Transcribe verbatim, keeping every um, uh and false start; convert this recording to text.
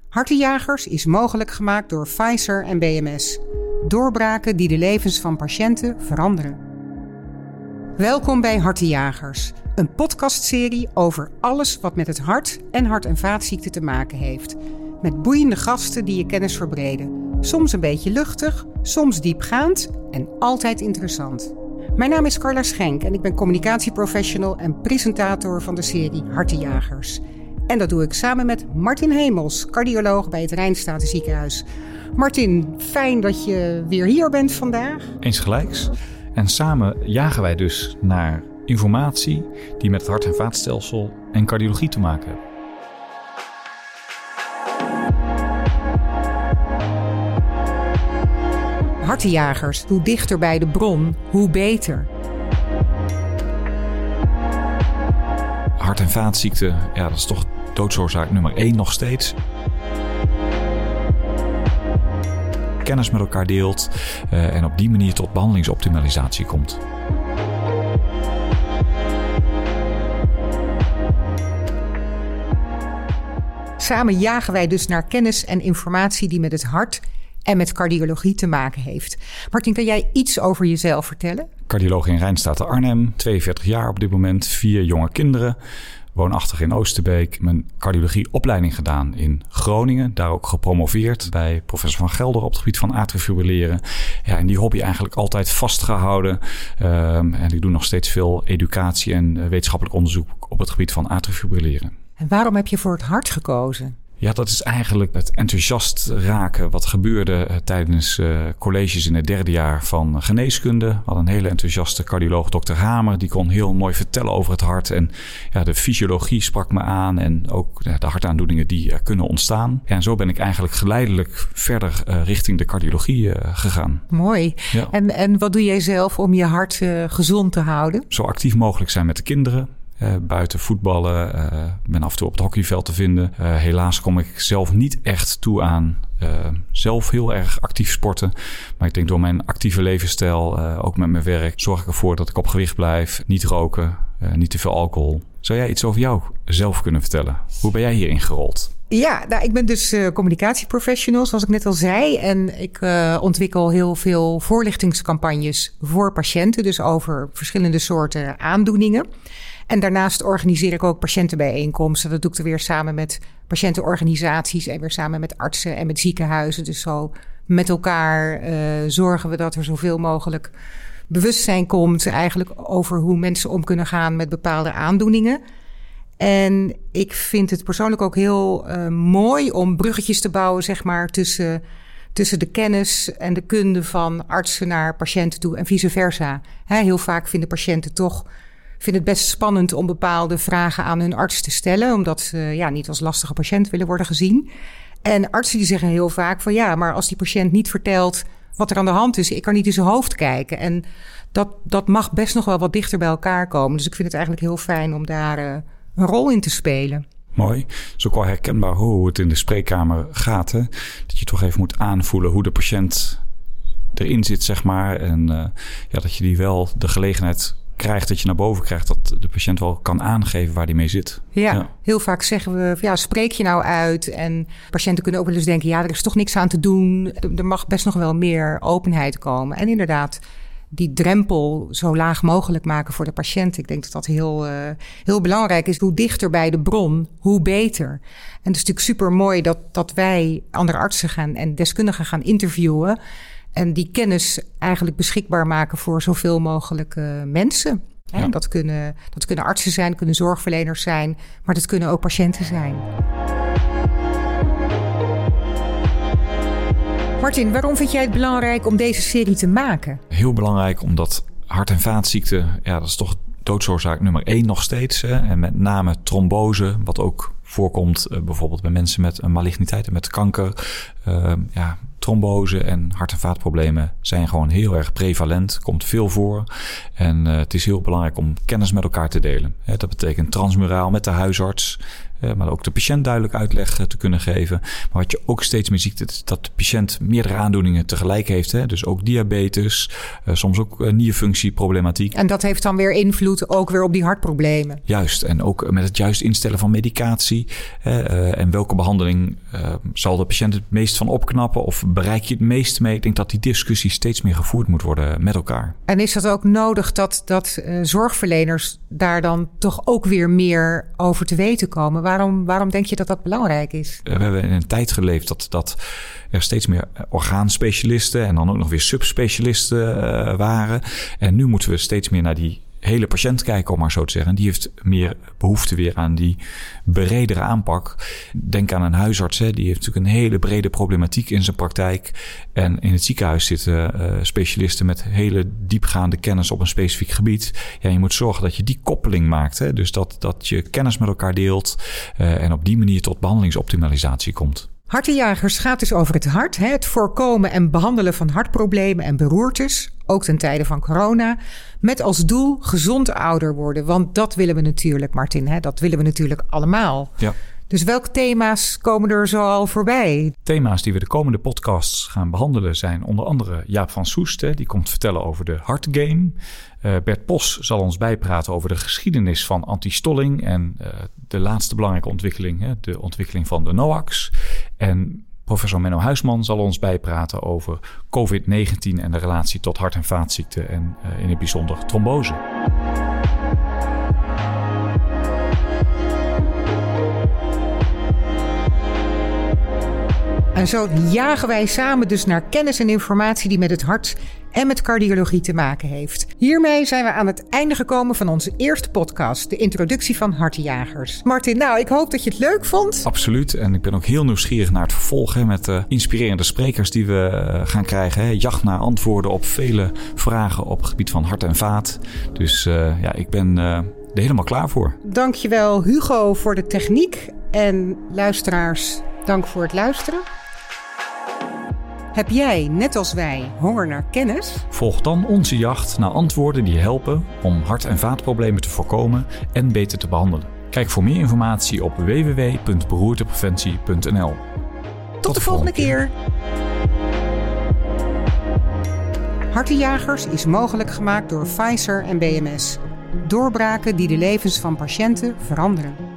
Hartenjagers is mogelijk gemaakt door Pfizer en B M S. Doorbraken die de levens van patiënten veranderen. Welkom bij Hartenjagers, een podcastserie over alles wat met het hart en hart- en vaatziekten te maken heeft. Met boeiende gasten die je kennis verbreden. Soms een beetje luchtig, soms diepgaand en altijd interessant. Mijn naam is Carla Schenk en ik ben communicatieprofessional en presentator van de serie Hartenjagers. En dat doe ik samen met Martin Hemels, cardioloog bij het Rijnsstatenziekenhuis. Martin, fijn dat je weer hier bent vandaag. Eens gelijks. En samen jagen wij dus naar informatie die met het hart- en vaatstelsel en cardiologie te maken hebben. Hartenjagers, hoe dichter bij de bron, hoe beter. Hart- en vaatziekten, ja, dat is toch doodsoorzaak nummer één nog steeds. Kennis met elkaar deelt uh, en op die manier tot behandelingsoptimalisatie komt. Samen jagen wij dus naar kennis en informatie die met het hart en met cardiologie te maken heeft. Martin, kan jij iets over jezelf vertellen? Cardioloog in Rijnstaat te Arnhem, tweeënveertig jaar op dit moment, vier jonge kinderen. Woonachtig in Oosterbeek. Mijn cardiologieopleiding gedaan in Groningen. Daar ook gepromoveerd bij professor Van Gelder op het gebied van atriofibrilleren. Ja, en die hobby eigenlijk altijd vastgehouden. Um, en ik doe nog steeds veel educatie en uh, wetenschappelijk onderzoek op het gebied van atriofibrilleren. En waarom heb je voor het hart gekozen? Ja, dat is eigenlijk het enthousiast raken wat gebeurde uh, tijdens uh, colleges in het derde jaar van geneeskunde. We hadden een hele enthousiaste cardioloog, dokter Hamer. Die kon heel mooi vertellen over het hart. En ja, de fysiologie sprak me aan en ook uh, de hartaandoeningen die er kunnen ontstaan. Ja, en zo ben ik eigenlijk geleidelijk verder uh, richting de cardiologie uh, gegaan. Mooi. Ja. En, en wat doe jij zelf om je hart uh, gezond te houden? Zo actief mogelijk zijn met de kinderen. Uh, buiten voetballen, uh, ben af en toe op het hockeyveld te vinden. Uh, helaas kom ik zelf niet echt toe aan uh, zelf heel erg actief sporten. Maar ik denk door mijn actieve levensstijl, uh, ook met mijn werk, zorg ik ervoor dat ik op gewicht blijf. Niet roken, uh, niet te veel alcohol. Zou jij iets over jou zelf kunnen vertellen? Hoe ben jij hierin gerold? Ja, nou, ik ben dus uh, communicatieprofessional, zoals ik net al zei. En ik uh, ontwikkel heel veel voorlichtingscampagnes voor patiënten. Dus over verschillende soorten aandoeningen. En daarnaast organiseer ik ook patiëntenbijeenkomsten. Dat doe ik er weer samen met patiëntenorganisaties en weer samen met artsen en met ziekenhuizen. Dus zo met elkaar uh, zorgen we dat er zoveel mogelijk bewustzijn komt eigenlijk over hoe mensen om kunnen gaan met bepaalde aandoeningen. En ik vind het persoonlijk ook heel uh, mooi om bruggetjes te bouwen, zeg maar, tussen, tussen de kennis en de kunde van artsen naar patiënten toe en vice versa. He, heel vaak vinden patiënten toch vinden het best spannend om bepaalde vragen aan hun arts te stellen, omdat ze ja, niet als lastige patiënt willen worden gezien. En artsen die zeggen heel vaak van ja, maar als die patiënt niet vertelt wat er aan de hand is, ik kan niet in zijn hoofd kijken. En dat, dat mag best nog wel wat dichter bij elkaar komen. Dus ik vind het eigenlijk heel fijn om daar uh, een rol in te spelen. Mooi. Het is ook wel herkenbaar hoe het in de spreekkamer gaat. Hè? Dat je toch even moet aanvoelen hoe de patiënt erin zit, zeg maar. En uh, ja, dat je die wel de gelegenheid krijgt, dat je naar boven krijgt, dat de patiënt wel kan aangeven waar die mee zit. Ja, ja. Heel vaak zeggen we, ja, spreek je nou uit? En patiënten kunnen ook wel eens denken, ja, er is toch niks aan te doen. Er mag best nog wel meer openheid komen. En inderdaad, die drempel zo laag mogelijk maken voor de patiënt. Ik denk dat dat heel, uh, heel belangrijk is. Hoe dichter bij de bron, hoe beter. En het is natuurlijk super mooi dat, dat wij andere artsen gaan en deskundigen gaan interviewen. En die kennis eigenlijk beschikbaar maken voor zoveel mogelijk uh, mensen. Ja. Dat, kunnen, dat kunnen artsen zijn, dat kunnen zorgverleners zijn, maar dat kunnen ook patiënten zijn. Martin, waarom vind jij het belangrijk om deze serie te maken? Heel belangrijk, omdat hart- en vaatziekten, ja, dat is toch doodsoorzaak nummer één nog steeds. Hè? En met name trombose, wat ook voorkomt uh, bijvoorbeeld bij mensen met een maligniteit en met kanker. Uh, ja, trombose en hart- en vaatproblemen zijn gewoon heel erg prevalent. Komt veel voor. En uh, het is heel belangrijk om kennis met elkaar te delen. Hè, dat betekent transmuraal met de huisarts. Uh, maar ook de patiënt duidelijk uitleg uh, te kunnen geven. Maar wat je ook steeds meer ziet, is dat de patiënt meerdere aandoeningen tegelijk heeft. Hè? Dus ook diabetes, uh, soms ook uh, nierfunctieproblematiek. En dat heeft dan weer invloed ook weer op die hartproblemen. Juist, en ook met het juist instellen van medicatie. Uh, en welke behandeling uh, zal de patiënt het meest van opknappen? Of bereik je het meest mee? Ik denk dat die discussie steeds meer gevoerd moet worden met elkaar. En is dat ook nodig dat, dat uh, zorgverleners daar dan toch ook weer meer over te weten komen? Waarom, waarom denk je dat dat belangrijk is? We hebben in een tijd geleefd dat, dat er steeds meer orgaanspecialisten en dan ook nog weer subspecialisten uh, waren. En nu moeten we steeds meer naar die hele patiënt kijken, om maar zo te zeggen. En die heeft meer behoefte weer aan die bredere aanpak. Denk aan een huisarts, hè. Die heeft natuurlijk een hele brede problematiek in zijn praktijk. En in het ziekenhuis zitten uh, specialisten met hele diepgaande kennis op een specifiek gebied. Ja, je moet zorgen dat je die koppeling maakt. Hè. Dus dat, dat je kennis met elkaar deelt uh, en op die manier tot behandelingsoptimalisatie komt. Hartenjagers gaat dus over het hart, hè, het voorkomen en behandelen van hartproblemen en beroertes, ook ten tijde van corona, met als doel gezond ouder worden. Want dat willen we natuurlijk, Martin, hè, dat willen we natuurlijk allemaal. Ja. Dus welke thema's komen er zo al voorbij? Thema's die we de komende podcasts gaan behandelen zijn onder andere Jaap van Soest. Hè, die komt vertellen over de hartgame. Uh, Bert Pos zal ons bijpraten over de geschiedenis van antistolling en uh, de laatste belangrijke ontwikkeling, hè, de ontwikkeling van de NOACs. En professor Menno Huisman zal ons bijpraten over covid negentien en de relatie tot hart- en vaatziekten en uh, in het bijzonder trombose. En zo jagen wij samen dus naar kennis en informatie die met het hart en met cardiologie te maken heeft. Hiermee zijn we aan het einde gekomen van onze eerste podcast, de introductie van Hartenjagers. Martin, nou, ik hoop dat je het leuk vond. Absoluut. En ik ben ook heel nieuwsgierig naar het vervolg, hè, met de inspirerende sprekers die we uh, gaan krijgen. Hè. Jacht naar antwoorden op vele vragen op het gebied van hart en vaat. Dus uh, ja, ik ben uh, er helemaal klaar voor. Dankjewel Hugo voor de techniek en luisteraars, dank voor het luisteren. Heb jij, net als wij, honger naar kennis? Volg dan onze jacht naar antwoorden die helpen om hart- en vaatproblemen te voorkomen en beter te behandelen. Kijk voor meer informatie op w w w punt beroertepreventie punt n l. Tot, Tot de volgende keer. keer. Hartenjagers is mogelijk gemaakt door Pfizer en B M S. Doorbraken die de levens van patiënten veranderen.